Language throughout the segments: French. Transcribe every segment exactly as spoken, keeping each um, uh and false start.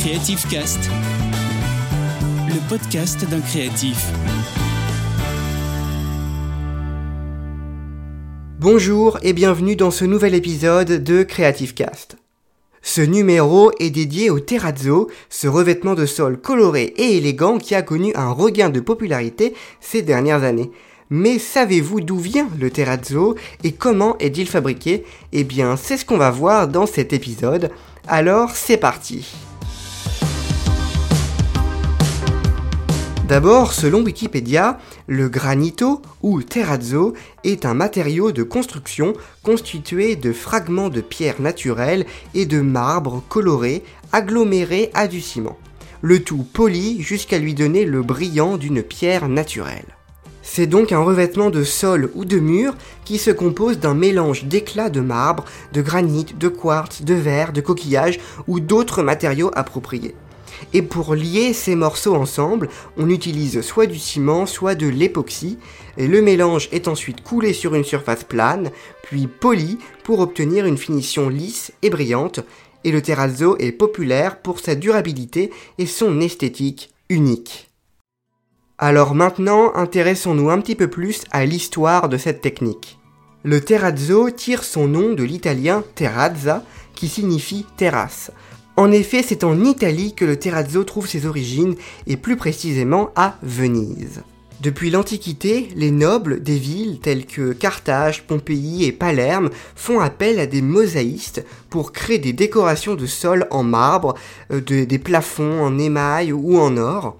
Creative Cast, le podcast d'un créatif. Bonjour et bienvenue dans ce nouvel épisode de Creative Cast. Ce numéro est dédié au terrazzo, ce revêtement de sol coloré et élégant qui a connu un regain de popularité ces dernières années. Mais savez-vous d'où vient le terrazzo et comment est-il fabriqué ? Eh bien, c'est ce qu'on va voir dans cet épisode. Alors, c'est parti. D'abord, selon Wikipédia, le granito ou terrazzo est un matériau de construction constitué de fragments de pierre naturelle et de marbre coloré agglomérés à du ciment, le tout poli jusqu'à lui donner le brillant d'une pierre naturelle. C'est donc un revêtement de sol ou de mur qui se compose d'un mélange d'éclats de marbre, de granit, de quartz, de verre, de coquillage ou d'autres matériaux appropriés. Et pour lier ces morceaux ensemble, on utilise soit du ciment, soit de l'époxy, et le mélange est ensuite coulé sur une surface plane, puis poli pour obtenir une finition lisse et brillante, et le terrazzo est populaire pour sa durabilité et son esthétique unique. Alors maintenant, intéressons-nous un petit peu plus à l'histoire de cette technique. Le terrazzo tire son nom de l'italien terrazza, qui signifie terrasse. En effet, c'est en Italie que le terrazzo trouve ses origines, et plus précisément à Venise. Depuis l'Antiquité, les nobles des villes telles que Carthage, Pompéi et Palerme font appel à des mosaïstes pour créer des décorations de sol en marbre, euh, de, des plafonds en émail ou en or.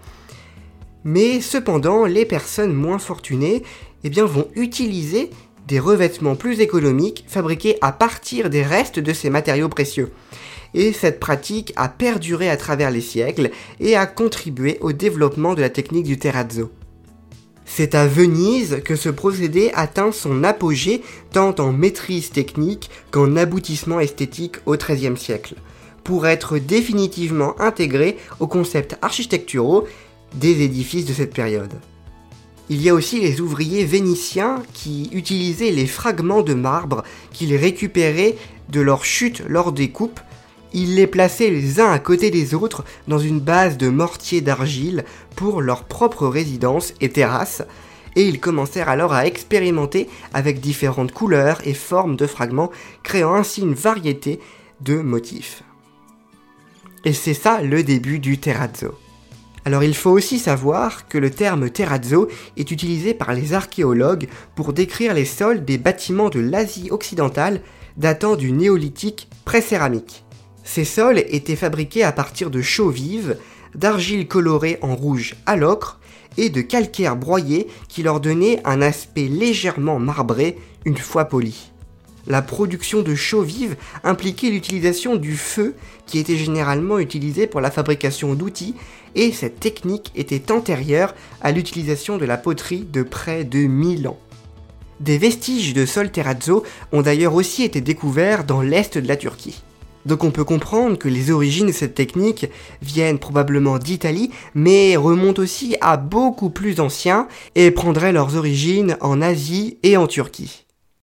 Mais cependant, les personnes moins fortunées eh bien, vont utiliser des revêtements plus économiques fabriqués à partir des restes de ces matériaux précieux. Et cette pratique a perduré à travers les siècles et a contribué au développement de la technique du terrazzo. C'est à Venise que ce procédé atteint son apogée tant en maîtrise technique qu'en aboutissement esthétique au treizième siècle, pour être définitivement intégré aux concepts architecturaux des édifices de cette période. Il y a aussi les ouvriers vénitiens qui utilisaient les fragments de marbre qu'ils récupéraient de leur chute lors des coupes. Ils les plaçaient les uns à côté des autres dans une base de mortier d'argile pour leur propre résidence et terrasse, et ils commencèrent alors à expérimenter avec différentes couleurs et formes de fragments, créant ainsi une variété de motifs. Et c'est ça le début du terrazzo. Alors il faut aussi savoir que le terme terrazzo est utilisé par les archéologues pour décrire les sols des bâtiments de l'Asie occidentale datant du néolithique pré-céramique. Ces sols étaient fabriqués à partir de chaux vives, d'argile colorée en rouge à l'ocre et de calcaire broyé qui leur donnait un aspect légèrement marbré une fois poli. La production de chaux vives impliquait l'utilisation du feu qui était généralement utilisé pour la fabrication d'outils et cette technique était antérieure à l'utilisation de la poterie de près de mille ans. Des vestiges de sol terrazzo ont d'ailleurs aussi été découverts dans l'est de la Turquie. Donc on peut comprendre que les origines de cette technique viennent probablement d'Italie, mais remontent aussi à beaucoup plus anciens et prendraient leurs origines en Asie et en Turquie.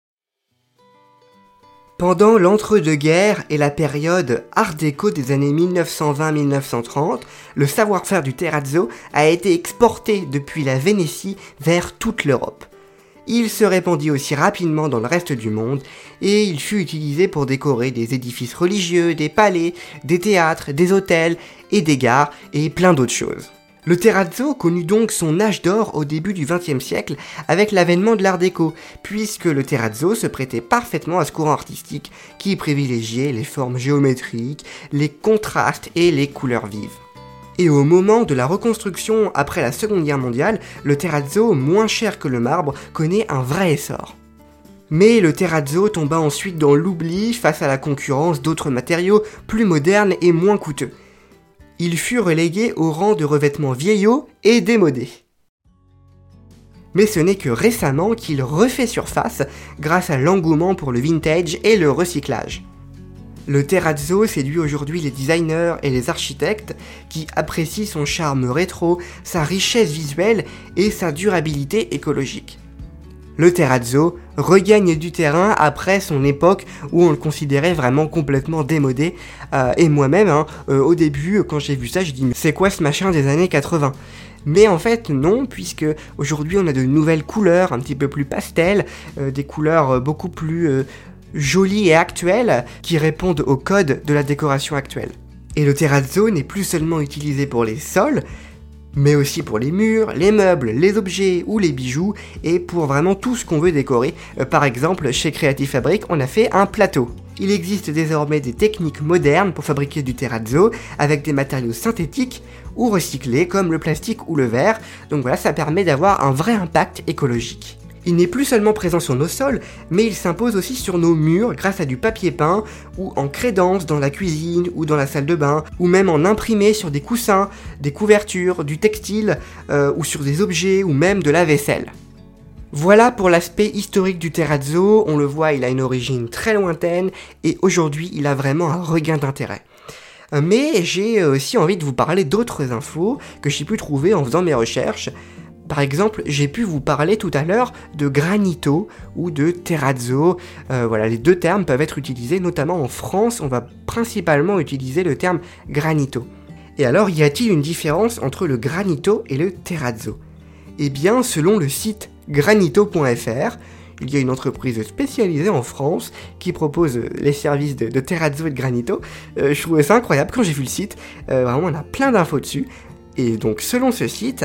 Pendant l'entre-deux-guerres et la période Art déco des années dix-neuf cent vingt à dix-neuf cent trente, le savoir-faire du terrazzo a été exporté depuis la Vénétie vers toute l'Europe. Il se répandit aussi rapidement dans le reste du monde et il fut utilisé pour décorer des édifices religieux, des palais, des théâtres, des hôtels et des gares et plein d'autres choses. Le terrazzo connut donc son âge d'or au début du vingtième siècle avec l'avènement de l'Art déco, puisque le terrazzo se prêtait parfaitement à ce courant artistique qui privilégiait les formes géométriques, les contrastes et les couleurs vives. Et au moment de la reconstruction après la Seconde Guerre mondiale, le terrazzo, moins cher que le marbre, connaît un vrai essor. Mais le terrazzo tomba ensuite dans l'oubli face à la concurrence d'autres matériaux plus modernes et moins coûteux. Il fut relégué au rang de revêtement vieillot et démodé. Mais ce n'est que récemment qu'il refait surface grâce à l'engouement pour le vintage et le recyclage. Le terrazzo séduit aujourd'hui les designers et les architectes qui apprécient son charme rétro, sa richesse visuelle et sa durabilité écologique. Le terrazzo regagne du terrain après son époque où on le considérait vraiment complètement démodé. Euh, et moi-même, hein, euh, au début, quand j'ai vu ça, j'ai dit mais c'est quoi ce machin des années quatre-vingts ? Mais en fait non, puisque aujourd'hui on a de nouvelles couleurs, un petit peu plus pastel, euh, des couleurs beaucoup plus euh, jolies et actuelles, qui répondent au code de la décoration actuelle. Et le terrazzo n'est plus seulement utilisé pour les sols, mais aussi pour les murs, les meubles, les objets ou les bijoux, et pour vraiment tout ce qu'on veut décorer. Euh, par exemple, chez Creative Fabric, on a fait un plateau. Il existe désormais des techniques modernes pour fabriquer du terrazzo, avec des matériaux synthétiques ou recyclés, comme le plastique ou le verre, donc voilà, ça permet d'avoir un vrai impact écologique. Il n'est plus seulement présent sur nos sols, mais il s'impose aussi sur nos murs grâce à du papier peint, ou en crédence dans la cuisine ou dans la salle de bain, ou même en imprimé sur des coussins, des couvertures, du textile, euh, ou sur des objets, ou même de la vaisselle. Voilà pour l'aspect historique du terrazzo, on le voit, il a une origine très lointaine, et aujourd'hui il a vraiment un regain d'intérêt. Mais j'ai aussi envie de vous parler d'autres infos que j'ai pu trouver en faisant mes recherches. Par exemple, j'ai pu vous parler tout à l'heure de granito ou de terrazzo. Euh, voilà, les deux termes peuvent être utilisés, notamment en France, on va principalement utiliser le terme granito. Et alors, y a-t-il une différence entre le granito et le terrazzo ? Eh bien, selon le site granito point f r, il y a une entreprise spécialisée en France qui propose les services de, de terrazzo et de granito. Euh, je trouvais ça incroyable quand j'ai vu le site, euh, vraiment on a plein d'infos dessus. Et donc, selon ce site,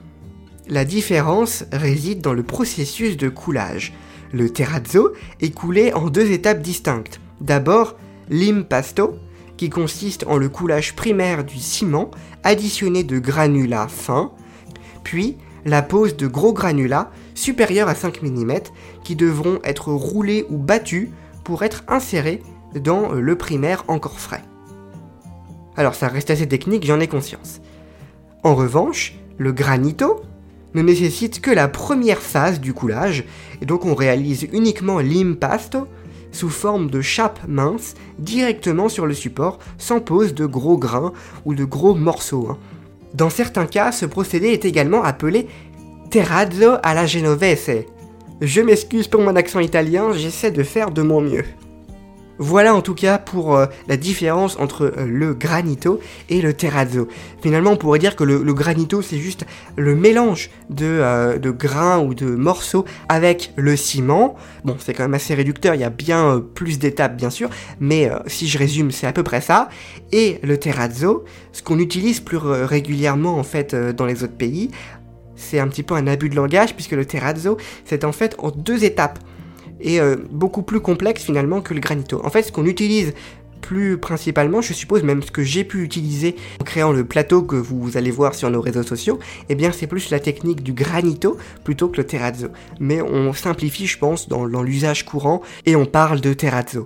la différence réside dans le processus de coulage. Le terrazzo est coulé en deux étapes distinctes. D'abord, l'impasto, qui consiste en le coulage primaire du ciment additionné de granulats fins, puis la pose de gros granulats supérieurs à cinq millimètres qui devront être roulés ou battus pour être insérés dans le primaire encore frais. Alors ça reste assez technique, j'en ai conscience. En revanche, le granito ne nécessite que la première phase du coulage, et donc on réalise uniquement l'impasto sous forme de chape mince directement sur le support, sans pose de gros grains ou de gros morceaux. Hein. Dans certains cas, ce procédé est également appelé terrazzo alla genovese. Je m'excuse pour mon accent italien, j'essaie de faire de mon mieux. Voilà en tout cas pour euh, la différence entre euh, le granito et le terrazzo. Finalement, on pourrait dire que le, le granito, c'est juste le mélange de, euh, de grains ou de morceaux avec le ciment. Bon, c'est quand même assez réducteur, il y a bien euh, plus d'étapes bien sûr, mais euh, si je résume, c'est à peu près ça. Et le terrazzo, ce qu'on utilise plus euh, régulièrement en fait euh, dans les autres pays, c'est un petit peu un abus de langage puisque le terrazzo, c'est en fait en deux étapes. Et euh, beaucoup plus complexe finalement que le granito. En fait, ce qu'on utilise plus principalement, je suppose même ce que j'ai pu utiliser en créant le plateau que vous allez voir sur nos réseaux sociaux, eh bien c'est plus la technique du granito plutôt que le terrazzo. Mais on simplifie, je pense, dans, dans l'usage courant et on parle de terrazzo.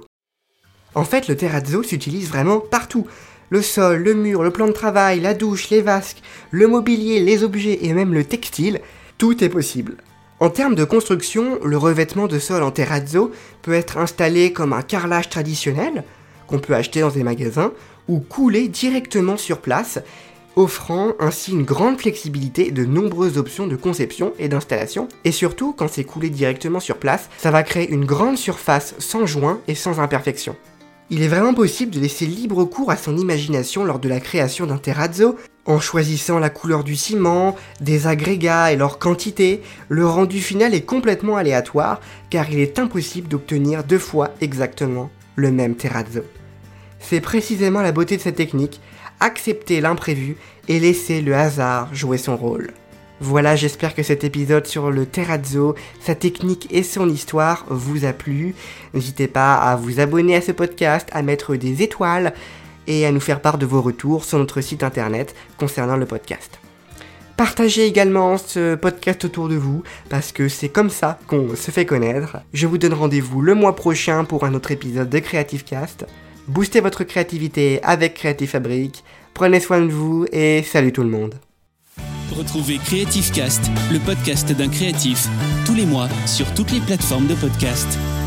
En fait, le terrazzo s'utilise vraiment partout. Le sol, le mur, le plan de travail, la douche, les vasques, le mobilier, les objets et même le textile, tout est possible. En termes de construction, le revêtement de sol en terrazzo peut être installé comme un carrelage traditionnel, qu'on peut acheter dans des magasins, ou coulé directement sur place, offrant ainsi une grande flexibilité et de nombreuses options de conception et d'installation. Et surtout, quand c'est coulé directement sur place, ça va créer une grande surface sans joint et sans imperfection. Il est vraiment possible de laisser libre cours à son imagination lors de la création d'un terrazzo, en choisissant la couleur du ciment, des agrégats et leur quantité. Le rendu final est complètement aléatoire, car il est impossible d'obtenir deux fois exactement le même terrazzo. C'est précisément la beauté de cette technique, accepter l'imprévu et laisser le hasard jouer son rôle. Voilà, j'espère que cet épisode sur le terrazzo, sa technique et son histoire vous a plu. N'hésitez pas à vous abonner à ce podcast, à mettre des étoiles et à nous faire part de vos retours sur notre site internet concernant le podcast. Partagez également ce podcast autour de vous, parce que c'est comme ça qu'on se fait connaître. Je vous donne rendez-vous le mois prochain pour un autre épisode de Creative Cast. Boostez votre créativité avec Creative Fabric. Prenez soin de vous et salut tout le monde. Retrouvez Creative Cast, le podcast d'un créatif, tous les mois sur toutes les plateformes de podcast.